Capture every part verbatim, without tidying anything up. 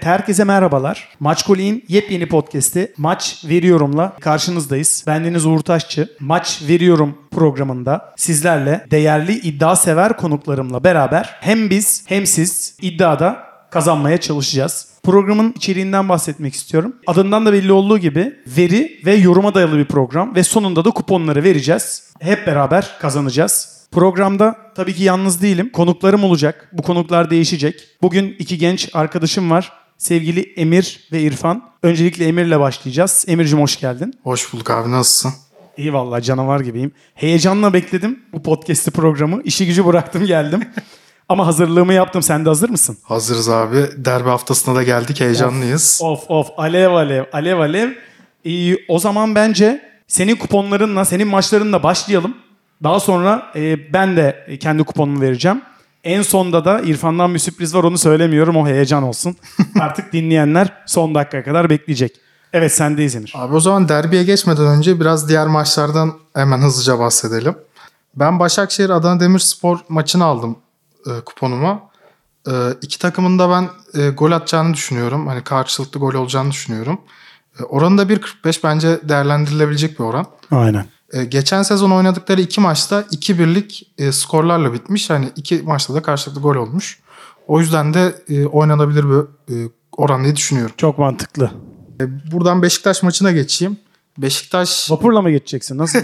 herkese merhabalar. Maçkolik'in yepyeni podcast'i Maç Veriyorum'la karşınızdayız. Bendeniz Uğur Taşçı. Maç Veriyorum programında sizlerle değerli iddia sever konuklarımla beraber hem biz hem siz iddiada kazanmaya çalışacağız. Programın içeriğinden bahsetmek istiyorum. Adından da belli olduğu gibi veri ve yoruma dayalı bir program ve sonunda da kuponları vereceğiz. Hep beraber kazanacağız. Programda tabii ki yalnız değilim. Konuklarım olacak. Bu konuklar değişecek. Bugün iki genç arkadaşım var. Sevgili Emir ve İrfan. Öncelikle Emir'le başlayacağız. Emir'cim hoş geldin. Hoş bulduk abi, nasılsın? İyi vallahi, canavar gibiyim. Heyecanla bekledim bu podcast'i programı. İşi gücü bıraktım geldim. Ama hazırlığımı yaptım. Sen de hazır mısın? Hazırız abi. Derbi haftasına da geldik. Heyecanlıyız. Of of, of. Alev alev, alev alev. Ee, o zaman bence senin kuponlarınla, senin maçlarınla başlayalım. Daha sonra e, ben de kendi kuponumu vereceğim. En sonda da İrfan'dan bir sürpriz var, onu söylemiyorum. O heyecan olsun. Artık dinleyenler son dakikaya kadar bekleyecek. Evet, sendeyiz Emir. Abi o zaman derbiye geçmeden önce biraz diğer maçlardan hemen hızlıca bahsedelim. Ben Başakşehir Adana Demirspor maçını aldım e, kuponuma. E, iki takımın da ben e, gol atacağını düşünüyorum. Hani karşılıklı gol olacağını düşünüyorum. E, oranı da bir kırk beş bence değerlendirilebilecek bir oran. Aynen. E, geçen sezon oynadıkları iki maçta iki birlik e, skorlarla bitmiş. Hani iki maçta da karşılıklı gol olmuş. O yüzden de e, oynanabilir bir e, oran diye düşünüyorum. Çok mantıklı. E, buradan Beşiktaş maçına geçeyim. Beşiktaş Vapurla mı geçeceksin? Nasıl?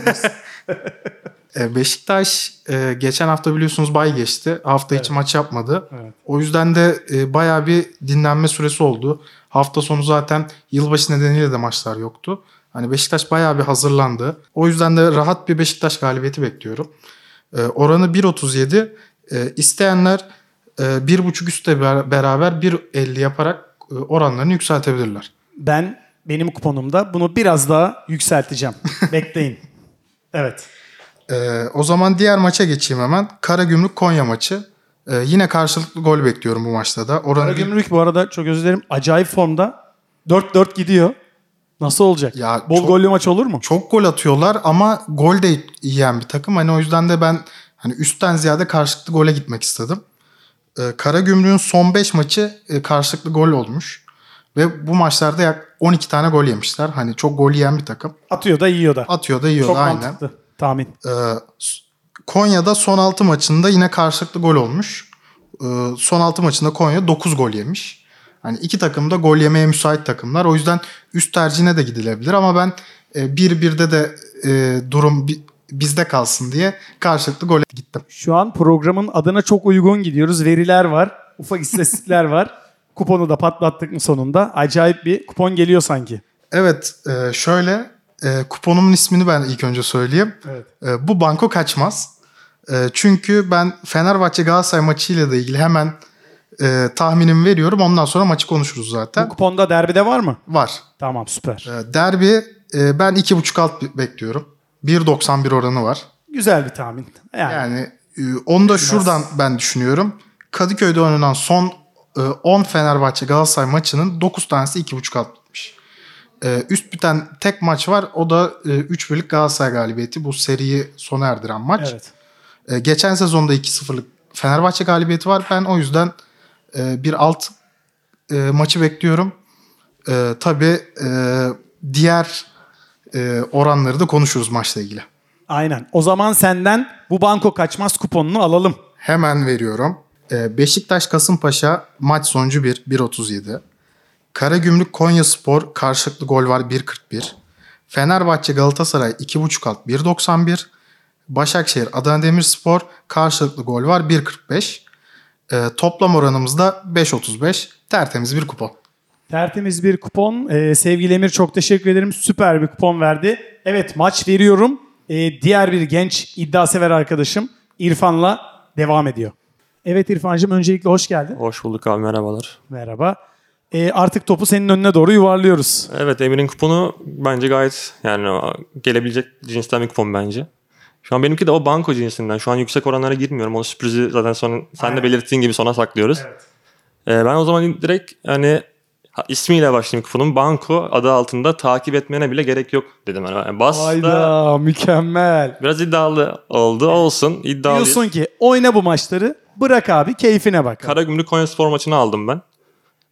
e, Beşiktaş e, geçen hafta biliyorsunuz bay geçti. Hafta Evet. içi maç yapmadı. Evet. O yüzden de e, bayağı bir dinlenme süresi oldu. Hafta sonu zaten yılbaşı nedeniyle de maçlar yoktu. Hani Beşiktaş bayağı bir hazırlandı. O yüzden de rahat bir Beşiktaş galibiyeti bekliyorum. E, oranı bir otuz yedi. E, isteyenler e, bir buçuk üstte beraber bir elli yaparak e, oranlarını yükseltebilirler. Ben benim kuponumda bunu biraz daha yükselteceğim. Bekleyin. Evet. E, o zaman diğer maça geçeyim hemen. Karagümrük Konya maçı. E, yine karşılıklı gol bekliyorum bu maçta da. Oranı Karagümrük bu arada, çok özür dilerim, acayip formda. dört dört gidiyor. Nasıl olacak? Ya Bol çok- gollü maç olur mu? Çok gol atıyorlar ama gol de yiyen bir takım. Hani o yüzden de ben hani üstten ziyade karşılıklı gole gitmek istedim. Ee, Karagümrük'ün son beş maçı e, karşılıklı gol olmuş. Ve bu maçlarda yak on iki tane gol yemişler. Hani çok gol yiyen bir takım. Atıyor da yiyor da. Atıyor da yiyor Çok da aynen. mantıklı tahmin. Ee, Konya'da son altı maçında yine karşılıklı gol olmuş. Ee, son altı maçında Konya dokuz gol yemiş. Hani iki takım da gol yemeye müsait takımlar. O yüzden üst tercihine de gidilebilir ama ben bir birde de e, durum bi, bizde kalsın diye karşılıklı gole gittim. Şu an programın adına çok uygun gidiyoruz. Veriler var. Ufak istatistikler var. Kuponu da patlattık mı sonunda? Acayip bir kupon geliyor sanki. Evet, e, şöyle e, kuponumun ismini ben ilk önce söyleyeyim. Evet. E, bu banko kaçmaz. E, çünkü ben Fenerbahçe Galatasaray maçıyla da ilgili hemen e, tahminimi veriyorum. Ondan sonra maçı konuşuruz zaten. Bu kuponda derbide var mı? Var. Tamam, süper. E, derbi e, ben iki buçuk alt bekliyorum. bir doksan bir oranı var. Güzel bir tahmin. Yani, Yani e, onu da şuradan ben düşünüyorum. Kadıköy'de oynanan son e, on Fenerbahçe Galatasaray maçının dokuz tanesi iki buçuk alt bitmiş. E, üst biten tek maç var. O da e, üç birlik Galatasaray galibiyeti. Bu seriyi sona erdiren maç. evet. E, geçen sezonda iki sıfırlık Fenerbahçe galibiyeti var. Ben o yüzden e, bir alt e, maçı bekliyorum. E, tabii e, diğer e, oranları da konuşuruz maçla ilgili. Aynen. O zaman senden bu banko kaçmaz kuponunu alalım. Hemen veriyorum. E, Beşiktaş Kasımpaşa maç sonucu bir, bir otuz yedi. Karagümrük Konyaspor karşılıklı gol var bir kırk bir. Fenerbahçe Galatasaray iki buçuk alt bir doksan bir. Başakşehir Adana Demirspor karşılıklı gol var bir kırk beş. E, toplam oranımız da beş otuz beş. Tertemiz bir kupon. Tertemiz bir kupon. Ee, sevgili Emir, çok teşekkür ederim. Süper bir kupon verdi. Evet, maç veriyorum. Ee, diğer bir genç iddia sever arkadaşım İrfan'la devam ediyor. Evet İrfan'cığım, öncelikle hoş geldin. Hoş bulduk abi, merhabalar. Merhaba. Ee, artık topu senin önüne doğru yuvarlıyoruz. Evet, Emir'in kuponu bence gayet yani gelebilecek cinsten bir kupon bence. Şu an benimki de o banko cinsinden. Şu an yüksek oranlara girmiyorum. O sürprizi zaten son, sen de belirttiğin gibi sona saklıyoruz. Evet. Ee, ben o zaman direkt hani ismiyle başlayayım kuponun. Banko adı altında takip etmene bile gerek yok dedim. Yani bas da Hayda, mükemmel. biraz iddialı oldu. Olsun, iddialıyız. Diyorsun ki oyna bu maçları, bırak abi, keyfine bak. Karagümrük Konyaspor maçını aldım ben.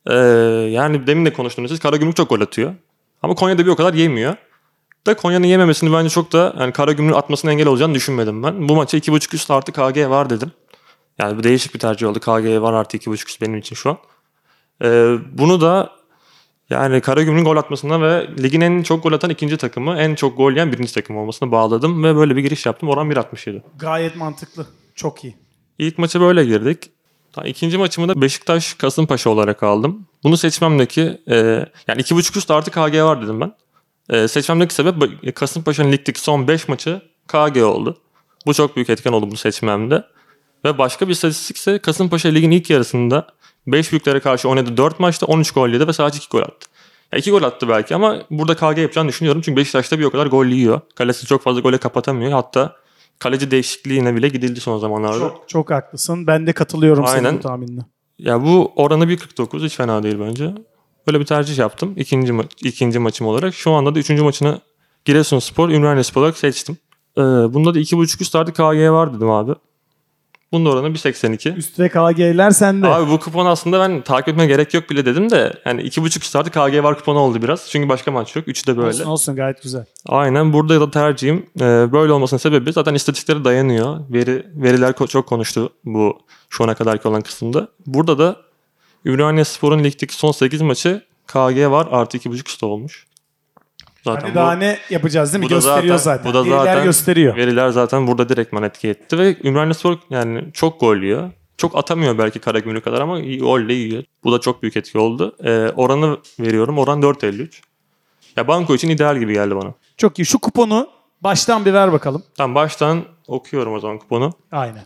Ee, yani demin de konuştuğunuz siz Karagümrük çok gol atıyor. Ama Konya'da bir o kadar yemiyor. Da Konya'nın yememesini bence çok da yani Karagümrük'ün atmasına engel olacağını düşünmedim ben. Bu maça iki buçuk üst artı K G var dedim. Yani bu değişik bir tercih oldu. K G var artı iki buçuk üst benim için şu an. Ee, bunu da yani Karagümrük'ün gol atmasına ve ligin en çok gol atan ikinci takımı, en çok gol yiyen birinci takım olmasına bağladım ve böyle bir giriş yaptım. Oran bir altmış yedi. Gayet mantıklı. Çok iyi. İlk maça böyle girdik. İkinci maçımı da Beşiktaş Kasımpaşa olarak aldım. Bunu seçmemdeki e, yani iki buçuk üst artı K G var dedim ben. E, seçmemdeki sebep Kasımpaşa'nın ligdeki son beş maçı K G oldu. Bu çok büyük etken oldu bu seçmemde. Ve başka bir istatistik ise Kasımpaşa ligin ilk yarısında beş büyüklere karşı oynadı dört maçta on üç gol yedi ve sadece iki gol attı. Ya iki gol attı belki ama burada K G yapacağını düşünüyorum. Çünkü Beşiktaş'ta bir o kadar gol yiyor. Kalesi çok fazla gole kapatamıyor. Hatta kaleci değişikliğine bile gidildi son zamanlarda. Çok, çok haklısın. Ben de katılıyorum Aynen. senin bu tahminine. Ya bu oranı bir kırk dokuz hiç fena değil bence. Böyle bir tercih yaptım ikinci, ma- ikinci maçım olarak. Şu anda da üçüncü maçını Giresunspor, Ümraniyeспor olarak seçtim. Ee, bunda da iki buçuk üst artı K G var dedim abi. Bunda oranı bir seksen iki. Üst ve K G'ler sende. Abi bu kupon aslında ben takip etmeye gerek yok bile dedim de yani iki buçuk üst artı K G var kuponu oldu biraz. Çünkü başka maç yok. Üçü de böyle. Olsun olsun gayet güzel. Aynen burada da tercihim e, böyle olmasının sebebi zaten istatistiklere dayanıyor. Veri veriler ko- çok konuştu bu şu ana kadarki olan kısımda. Burada da Ümraniyespor'un ligdeki son sekiz maçı K G var artı iki buçuk üstü olmuş. Zaten Hadi bu, daha ne yapacağız değil mi? bu da Gösteriyor zaten. zaten. Bu da Veriler zaten gösteriyor. Veriler zaten burada direktman etki etti ve Ümraniyeспor yani çok gol yiyor. Çok atamıyor belki Karagümrük kadar ama iyi, gol de yiyor. Bu da çok büyük etki oldu. E, oranı veriyorum. Oran dört elli üç. Ya banko için ideal gibi geldi bana. Çok iyi. Şu kuponu baştan bir ver bakalım. Tamam baştan okuyorum o zaman kuponu. Aynen.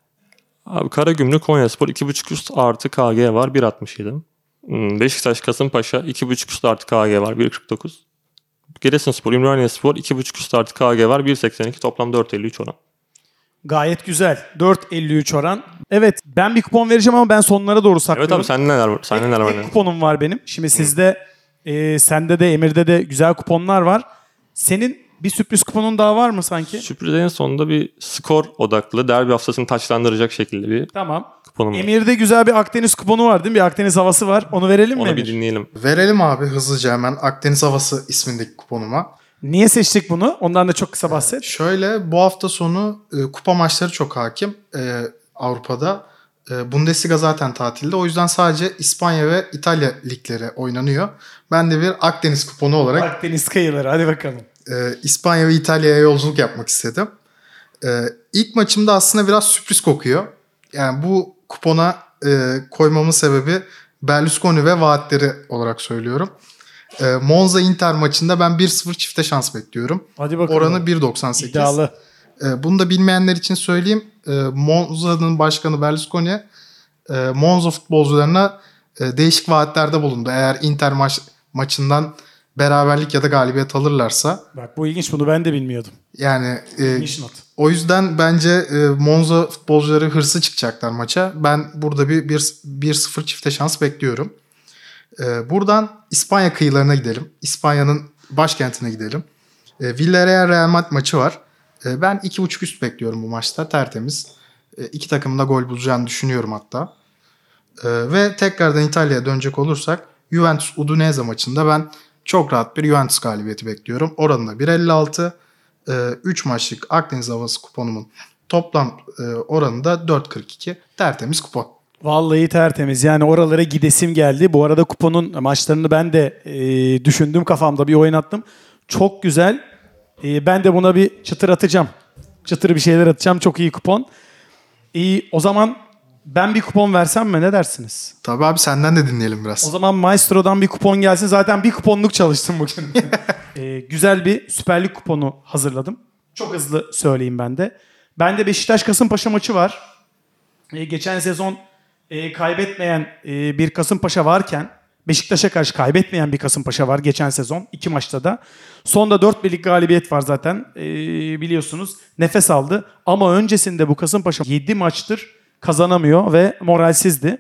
Abi Karagümrük Konyaspor iki buçuk üst artı K G var bir altmış yedi. Hmm, Beşiktaş Kasımpaşa iki buçuk üst artı K G var bir kırk dokuz. Giresunspor Ümraniyeспor iki buçuk üst artı K G var bir seksen iki. Toplam dört elli üç oran. Gayet güzel. dört elli üç oran. Evet ben bir kupon vereceğim ama ben sonlara doğru saklıyorum. Evet abi sende neler var? Sende neler var? Tek kuponum var benim. Şimdi sizde, e, sende de Emir'de de güzel kuponlar var. Senin bir sürpriz kuponun daha var mı sanki? Sürpriz en sonunda bir skor odaklı derbi haftasını taçlandıracak şekilde bir Tamam. kuponum var. Emir'de güzel bir Akdeniz kuponu var değil mi? Bir Akdeniz havası var. Onu verelim mi Onu Emir? bir dinleyelim. Verelim abi hızlıca hemen Akdeniz Havası ismindeki kuponuma. Niye seçtik bunu? Ondan da çok kısa bahset. Şöyle bu hafta sonu e, kupa maçları çok hakim e, Avrupa'da. E, Bundesliga zaten tatilde. O yüzden sadece İspanya ve İtalya ligleri oynanıyor. Ben de bir Akdeniz kuponu olarak Akdeniz kıyıları hadi bakalım. e, İspanya ve İtalya'ya yolculuk yapmak istedim. E, ilk maçımda aslında biraz sürpriz kokuyor. Yani bu kupona e, koymamın sebebi Berlusconi ve vaatleri olarak söylüyorum. E, Monza Inter maçında ben bir sıfır çifte şans bekliyorum. Hadi bakalım. Oranı bir doksan sekiz. İddialı. E, bunu da bilmeyenler için söyleyeyim. E, Monza'nın başkanı Berlusconi e, Monza futbolcularına e, değişik vaatlerde bulundu. Eğer Inter maç, maçından beraberlik ya da galibiyet alırlarsa. Bak bu ilginç, bunu ben de bilmiyordum. Yani e, İlginç not. o yüzden bence e, Monza futbolcuları hırsı çıkacaklar maça. Ben burada bir bir sıfır çifte şans bekliyorum. E, buradan İspanya kıyılarına gidelim. İspanya'nın başkentine gidelim. E, Villarreal Real Madrid maçı var. E, ben iki buçuk üst bekliyorum bu maçta. Tertemiz. E, iki takımın da gol bulacağını düşünüyorum hatta. E, ve tekrardan İtalya'ya dönecek olursak Juventus Udinese maçında ben çok rahat bir Juventus galibiyeti bekliyorum. Oranı bir elli altı. üç maçlık Akdeniz Havası kuponumun toplam e, oranı da dört kırk iki. Tertemiz kupon. Vallahi tertemiz. Yani oralara gidesim geldi. Bu arada kuponun maçlarını ben de e, düşündüm, kafamda bir oynattım. Çok güzel. E, ben de buna bir çıtır atacağım. Çıtır bir şeyler atacağım. Çok iyi kupon. İyi, o zaman ben bir kupon versem mi? Ne dersiniz? Tabii abi senden de dinleyelim biraz. O zaman Maestro'dan bir kupon gelsin. Zaten bir kuponluk çalıştım bugün. e, güzel bir Süper Lig kuponu hazırladım. Çok hızlı söyleyeyim ben de. Bende Beşiktaş Kasımpaşa maçı var. E, geçen sezon e, kaybetmeyen e, bir Kasımpaşa varken Beşiktaş'a karşı kaybetmeyen bir Kasımpaşa var geçen sezon. iki maçta da. Sonda dört birlik galibiyet var zaten. E, biliyorsunuz. Nefes aldı. Ama öncesinde bu Kasımpaşa yedi maçtır kazanamıyor ve moralsizdi.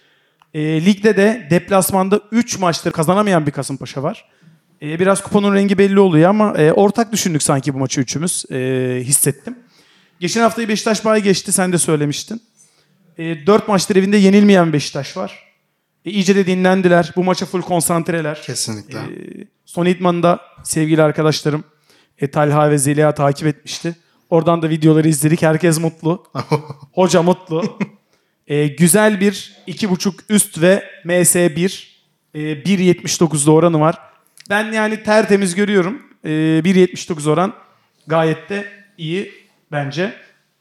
E, ligde de deplasmanda üç maçtır kazanamayan bir Kasımpaşa var. E, biraz kuponun rengi belli oluyor ama e, ortak düşündük sanki bu maçı üçümüz. E, hissettim. Geçen haftayı Beşiktaş bay geçti. Sen de söylemiştin. E, dört maçtır evinde yenilmeyen Beşiktaş var. E, iyice de dinlendiler. Bu maça full konsantreler. Kesinlikle. E, Son idmanında sevgili arkadaşlarım e, Talha ve Zeliha takip etmişti. Oradan da videoları izledik. Herkes mutlu. Hoca mutlu. E, güzel bir iki buçuk üst ve M S bir. E, bir yetmiş dokuzda oranı var. Ben yani tertemiz görüyorum. E, bir yetmiş dokuz oran gayet de iyi bence.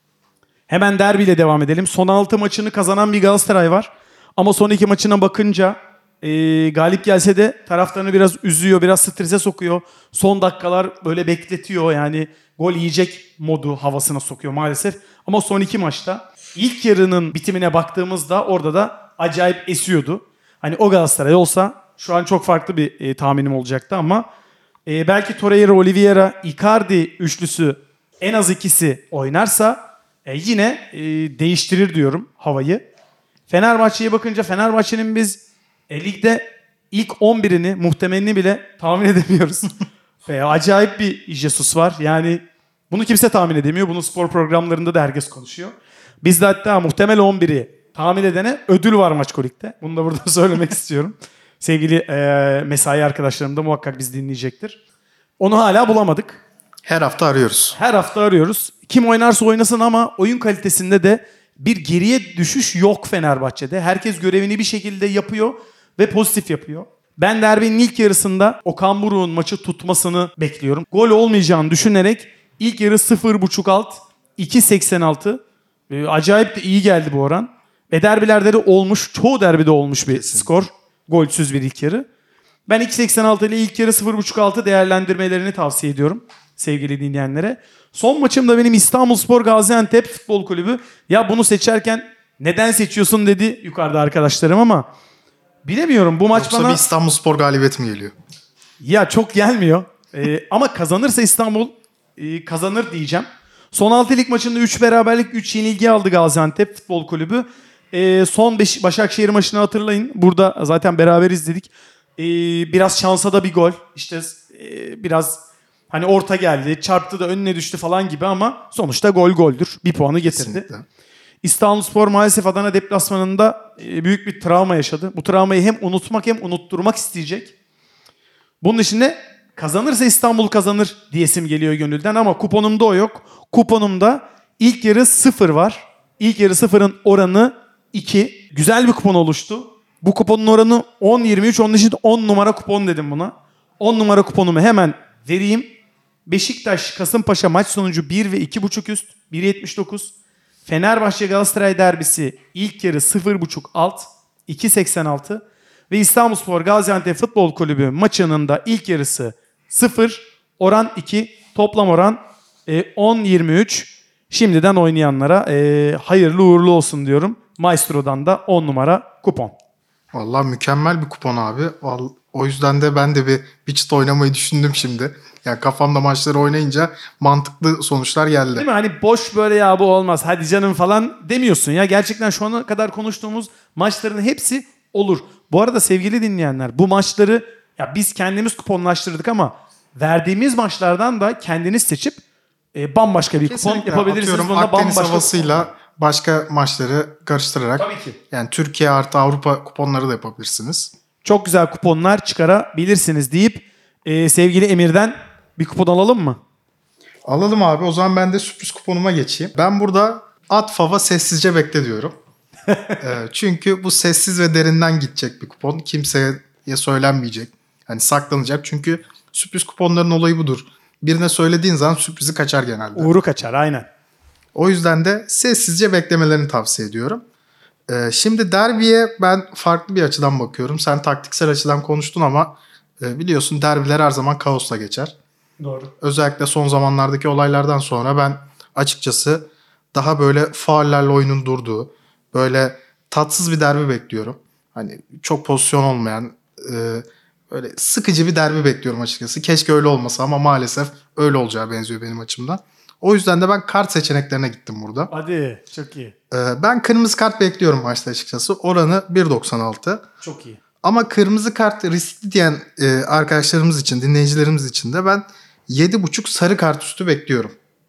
Hemen derbiyle devam edelim. Son altı maçını kazanan bir Galatasaray var. Ama son iki maçına bakınca e, galip gelse de taraftarını biraz üzüyor, biraz strese sokuyor. Son dakikalar böyle bekletiyor. Yani gol yiyecek modu havasına sokuyor maalesef. Ama son iki maçta ilk yarının bitimine baktığımızda orada da acayip esiyordu. Hani o Galatasaray olsa şu an çok farklı bir e, tahminim olacaktı ama e, belki Torreira, Oliveira, Icardi üçlüsü en az ikisi oynarsa e, yine e, değiştirir diyorum havayı. Fenerbahçe'ye bakınca Fenerbahçe'nin biz e, ligde ilk on birini muhtemelini bile tahmin edemiyoruz. e, acayip bir Jesus var. Yani bunu kimse tahmin edemiyor. Bunu spor programlarında da herkes konuşuyor. Biz de hatta muhtemel on biri tahmin edene ödül var Maçkolik'te. Bunu da burada söylemek istiyorum. Sevgili e, mesai arkadaşlarım da muhakkak bizi dinleyecektir. Onu hala bulamadık. Her hafta arıyoruz. Her hafta arıyoruz. Kim oynarsa oynasın ama oyun kalitesinde de bir geriye düşüş yok Fenerbahçe'de. Herkes görevini bir şekilde yapıyor ve pozitif yapıyor. Ben derbinin ilk yarısında Okan Buruk'un maçı tutmasını bekliyorum. Gol olmayacağını düşünerek ilk yarı sıfır buçuk alt, iki seksen altı. Ee, acayip de iyi geldi bu oran. Ve derbilerde de olmuş, çoğu derbide olmuş bir Kesinlikle. skor. Golsüz bir ilk yarı. Ben iki seksen altı ile ilk yarı sıfır buçuk altı değerlendirmelerini tavsiye ediyorum sevgili dinleyenlere. Son maçım da benim İstanbulspor Gaziantep Futbol Kulübü. Ya bunu seçerken neden seçiyorsun dedi yukarıda arkadaşlarım ama bilemiyorum bu maç Yoksa bana... bir İstanbulspor galibiyeti mi geliyor? Ya çok gelmiyor. Ee, ama kazanırsa İstanbul e, kazanır diyeceğim. Son altı lig maçında üç beraberlik, üç yenilgi aldı Gaziantep Futbol Kulübü. Ee, son beş, Başakşehir maçını hatırlayın. Burada zaten beraber izledik. Ee, biraz şansa da bir gol. İşte e, biraz hani orta geldi, çarptı da önüne düştü falan gibi ama sonuçta gol goldür. Bir puanı getirdi. Kesinlikle. İstanbulspor maalesef Adana deplasmanında e, büyük bir travma yaşadı. Bu travmayı hem unutmak hem unutturmak isteyecek. Bunun dışında kazanırsa İstanbul kazanır diyesim geliyor gönülden ama kuponumda o yok. Kuponumda ilk yarı sıfır var. İlk yarı sıfırın oranı iki. Güzel bir kupon oluştu. Bu kuponun oranı on yirmi üç. Onun için on numara kupon dedim buna. on numara kuponumu hemen vereyim. Beşiktaş Kasımpaşa maç sonucu bir ve iki buçuk üst bir yetmiş dokuz. Fenerbahçe Galatasaray derbisi ilk yarı sıfır buçuk alt iki seksen altı. Ve İstanbulspor Gaziantep Futbol Kulübü maçının da ilk yarısı sıfır, oran iki, toplam oran e, on yirmi üç. Şimdiden oynayanlara e, hayırlı uğurlu olsun diyorum. Maestro'dan da on numara kupon. Vallahi mükemmel bir kupon abi. Vallahi, o yüzden de ben de bir Witch'te oynamayı düşündüm şimdi. Yani kafamda maçları oynayınca mantıklı sonuçlar geldi. Değil mi? Hani boş böyle ya bu olmaz hadi canım falan demiyorsun ya. Gerçekten şu ana kadar konuştuğumuz maçların hepsi olur. Bu arada sevgili dinleyenler bu maçları ya biz kendimiz kuponlaştırdık ama verdiğimiz maçlardan da kendiniz seçip e, bambaşka bir Kesinlikle. kupon yapabilirsiniz. Atıyorum Bunda Akdeniz bambaşka havasıyla başka maçları karıştırarak. Tabii ki. Yani Türkiye artı Avrupa kuponları da yapabilirsiniz. çok güzel kuponlar çıkarabilirsiniz deyip e, sevgili Emir'den bir kupon alalım mı? Alalım abi. O zaman ben de sürpriz kuponuma geçeyim. Ben burada at fava sessizce bekle diyorum. e, çünkü bu sessiz ve derinden gidecek bir kupon. Kimseye söylenmeyecek. Hani saklanacak. Çünkü sürpriz kuponların olayı budur. Birine söylediğin zaman sürprizi kaçar genelde. Uğru kaçar aynen. O yüzden de sessizce beklemelerini tavsiye ediyorum. Ee, şimdi derbiye ben farklı bir açıdan bakıyorum. Sen taktiksel açıdan konuştun ama e, biliyorsun derbiler her zaman kaosla geçer. Doğru. Özellikle son zamanlardaki olaylardan sonra ben açıkçası daha böyle faullerle oyunun durduğu, böyle tatsız bir derbi bekliyorum. Hani çok pozisyon olmayan, e, böyle sıkıcı bir derbi bekliyorum açıkçası. Keşke öyle olmasa ama maalesef öyle olacağı benziyor benim açımdan. O yüzden de ben kart seçeneklerine gittim burada. Hadi çok iyi. Ee, ben kırmızı kart bekliyorum maçta açıkçası. Oranı bir doksan altı. Çok iyi. Ama kırmızı kart riskli diyen e, arkadaşlarımız için, dinleyicilerimiz için de ben yedi buçuk sarı kart üstü bekliyorum.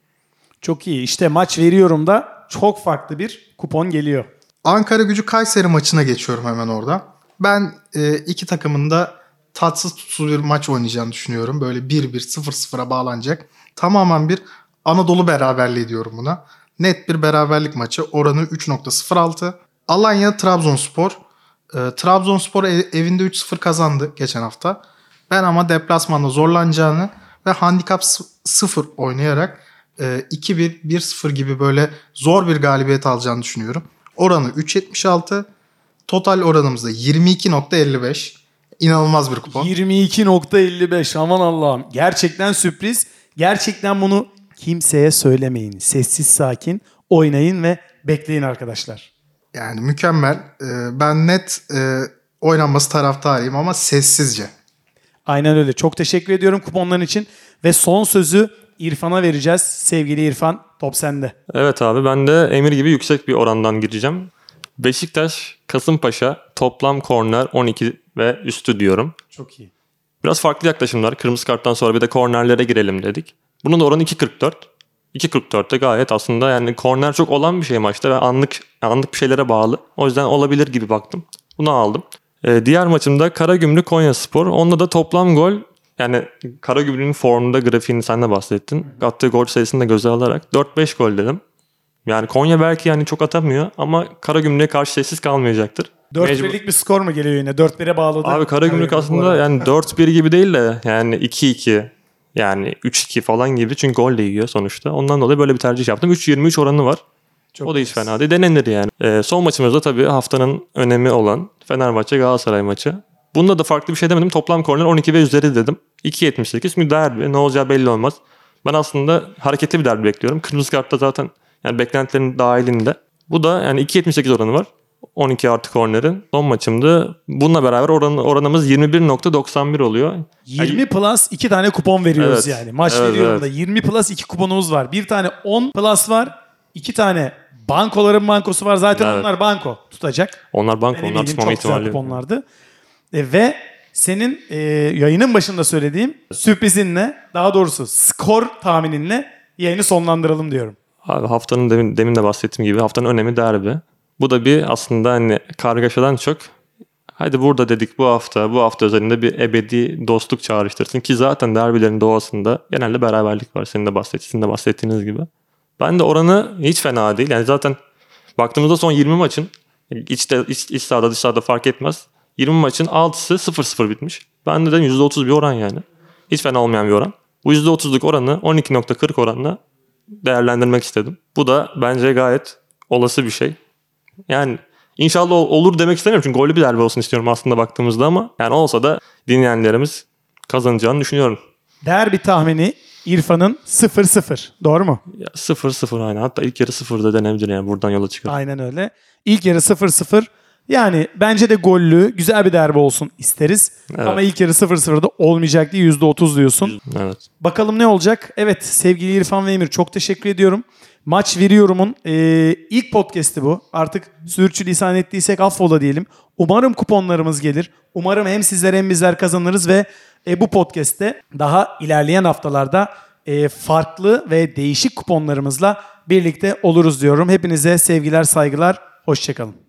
Çok iyi. İşte maç veriyorum da çok farklı bir kupon geliyor. Ankara Gücü Kayseri maçına geçiyorum hemen orada. Ben e, iki takımın da tatsız tutsuz bir maç oynayacağını düşünüyorum. Böyle bir bir sıfır sıfıra bağlanacak. Tamamen bir Anadolu beraberliği diyorum buna. Net bir beraberlik maçı. Oranı üç nokta sıfır altı. Alanya Trabzonspor. E, Trabzonspor ev, evinde üç sıfır kazandı geçen hafta. Ben ama deplasmanda zorlanacağını ve handikap sıfır oynayarak e, iki bir bir sıfır gibi böyle zor bir galibiyet alacağını düşünüyorum. Oranı üç yetmiş altı. Total oranımız da yirmi iki nokta elli beş. İnanılmaz bir kupon. yirmi iki nokta elli beş, aman Allah'ım. Gerçekten sürpriz. Gerçekten bunu kimseye söylemeyin. Sessiz sakin oynayın ve bekleyin arkadaşlar. Yani mükemmel. Ee, ben net e, oynanması taraftarıyım ama sessizce. Aynen öyle. Çok teşekkür ediyorum kuponların için. Ve son sözü İrfan'a vereceğiz. Sevgili İrfan, top sende. Evet abi, ben de Emir gibi yüksek bir orandan gireceğim. Beşiktaş Kasımpaşa toplam korner on iki ve üstü diyorum. Çok iyi. Biraz farklı yaklaşımlar. Kırmızı karttan sonra bir de kornerlere girelim dedik. Bunun da oranı iki kırk dört. iki kırk dörtte gayet aslında yani korner çok olan bir şey maçta ve anlık anlık bir şeylere bağlı. O yüzden olabilir gibi baktım. Bunu aldım. Ee, diğer maçımda Karagümrük Konyaspor. Onda da toplam gol, yani Karagümrük'ün formunda grafiğini sen de bahsettin. Attığı gol sayısını da göze alarak dört beş gol dedim. Yani Konya belki yani çok atamıyor ama Karagümrük'e karşı sessiz kalmayacaktır. dört Mecbur- birlik bir skor mu geliyor yine? dört bire bağladı. Abi Karagümrük Evet, aslında bu arada. yani dört bir gibi değil de yani iki iki, yani üç iki falan gibi, çünkü gol de yiyor sonuçta. Ondan dolayı böyle bir tercih yaptım. üç yirmi üç oranı var. Çok O da hiç iyi. fena değil. Denenir yani. Ee, son maçımızda tabii haftanın önemi olan Fenerbahçe Galatasaray maçı. Bunda da farklı bir şey demedim. Toplam korner on iki ve üzeri dedim. iki yetmiş sekiz. Çünkü derbi. Ne olacağı belli olmaz. Ben aslında hareketli bir derbi bekliyorum. Kırmızı kartta zaten yani beklentilerin dahilinde. Bu da yani iki yetmiş sekiz oranı var. on iki artı kornerin. Son maçımda bununla beraber oran, oranımız yirmi bir nokta doksan bir oluyor. yirmi plus iki tane kupon veriyoruz Evet. yani. Maç Evet, veriyorum evet. da yirmi plus iki kuponumuz var. Bir tane on plus var. iki tane bankoların bankosu var. Zaten Evet. onlar banko tutacak. Onlar banko, Ben onlar eminim tutmama çok güzel ihtimali yok. kuponlardı. E, ve senin e, yayının başında söylediğim sürprizinle, daha doğrusu skor tahmininle yayını sonlandıralım diyorum. Abi haftanın demin, demin de bahsettiğim gibi haftanın önemi derbi. Bu da bir aslında hani kargaşadan çok, hadi burada dedik bu hafta bu hafta üzerinde bir ebedi dostluk çağrıştırsın ki zaten derbilerin doğasında genelde beraberlik var, senin de bahsettiğiniz, sizin de bahsettiğiniz gibi. Ben de oranı hiç fena değil. Yani zaten baktığımızda son yirmi maçın içte, iç, iç sahada dış sahada fark etmez. yirmi maçın altısı sıfır sıfır bitmiş. Bende de yüzde otuz bir oran yani. Hiç fena olmayan bir oran. Bu yüzde otuzluk oranı on iki nokta kırk oranla değerlendirmek istedim. Bu da bence gayet olası bir şey. Yani inşallah ol- olur demek istemiyorum çünkü gollü bir derbi olsun istiyorum aslında baktığımızda, ama yani olsa da dinleyenlerimiz kazanacağını düşünüyorum. Derbi tahmini İrfan'ın sıfır sıfır. Doğru mu? Ya sıfır sıfır aynı. Hatta ilk yarı sıfır da denebilir yani, buradan yola çıkar. Aynen öyle. İlk yarı sıfır sıfır. Yani bence de gollü, güzel bir derbi olsun isteriz. Evet. Ama ilk yarı sıfır sıfırda olmayacak diye yüzde otuz diyorsun. Evet. Bakalım ne olacak? Evet, sevgili İrfan ve Emir, çok teşekkür ediyorum. Maç Veriyorum'un e, ilk podcast'i bu. Artık sürçülisan ettiysek affola diyelim. Umarım kuponlarımız gelir. Umarım hem sizler hem bizler kazanırız ve e, bu podcast'te daha ilerleyen haftalarda e, farklı ve değişik kuponlarımızla birlikte oluruz diyorum. Hepinize sevgiler, saygılar, hoşçakalın.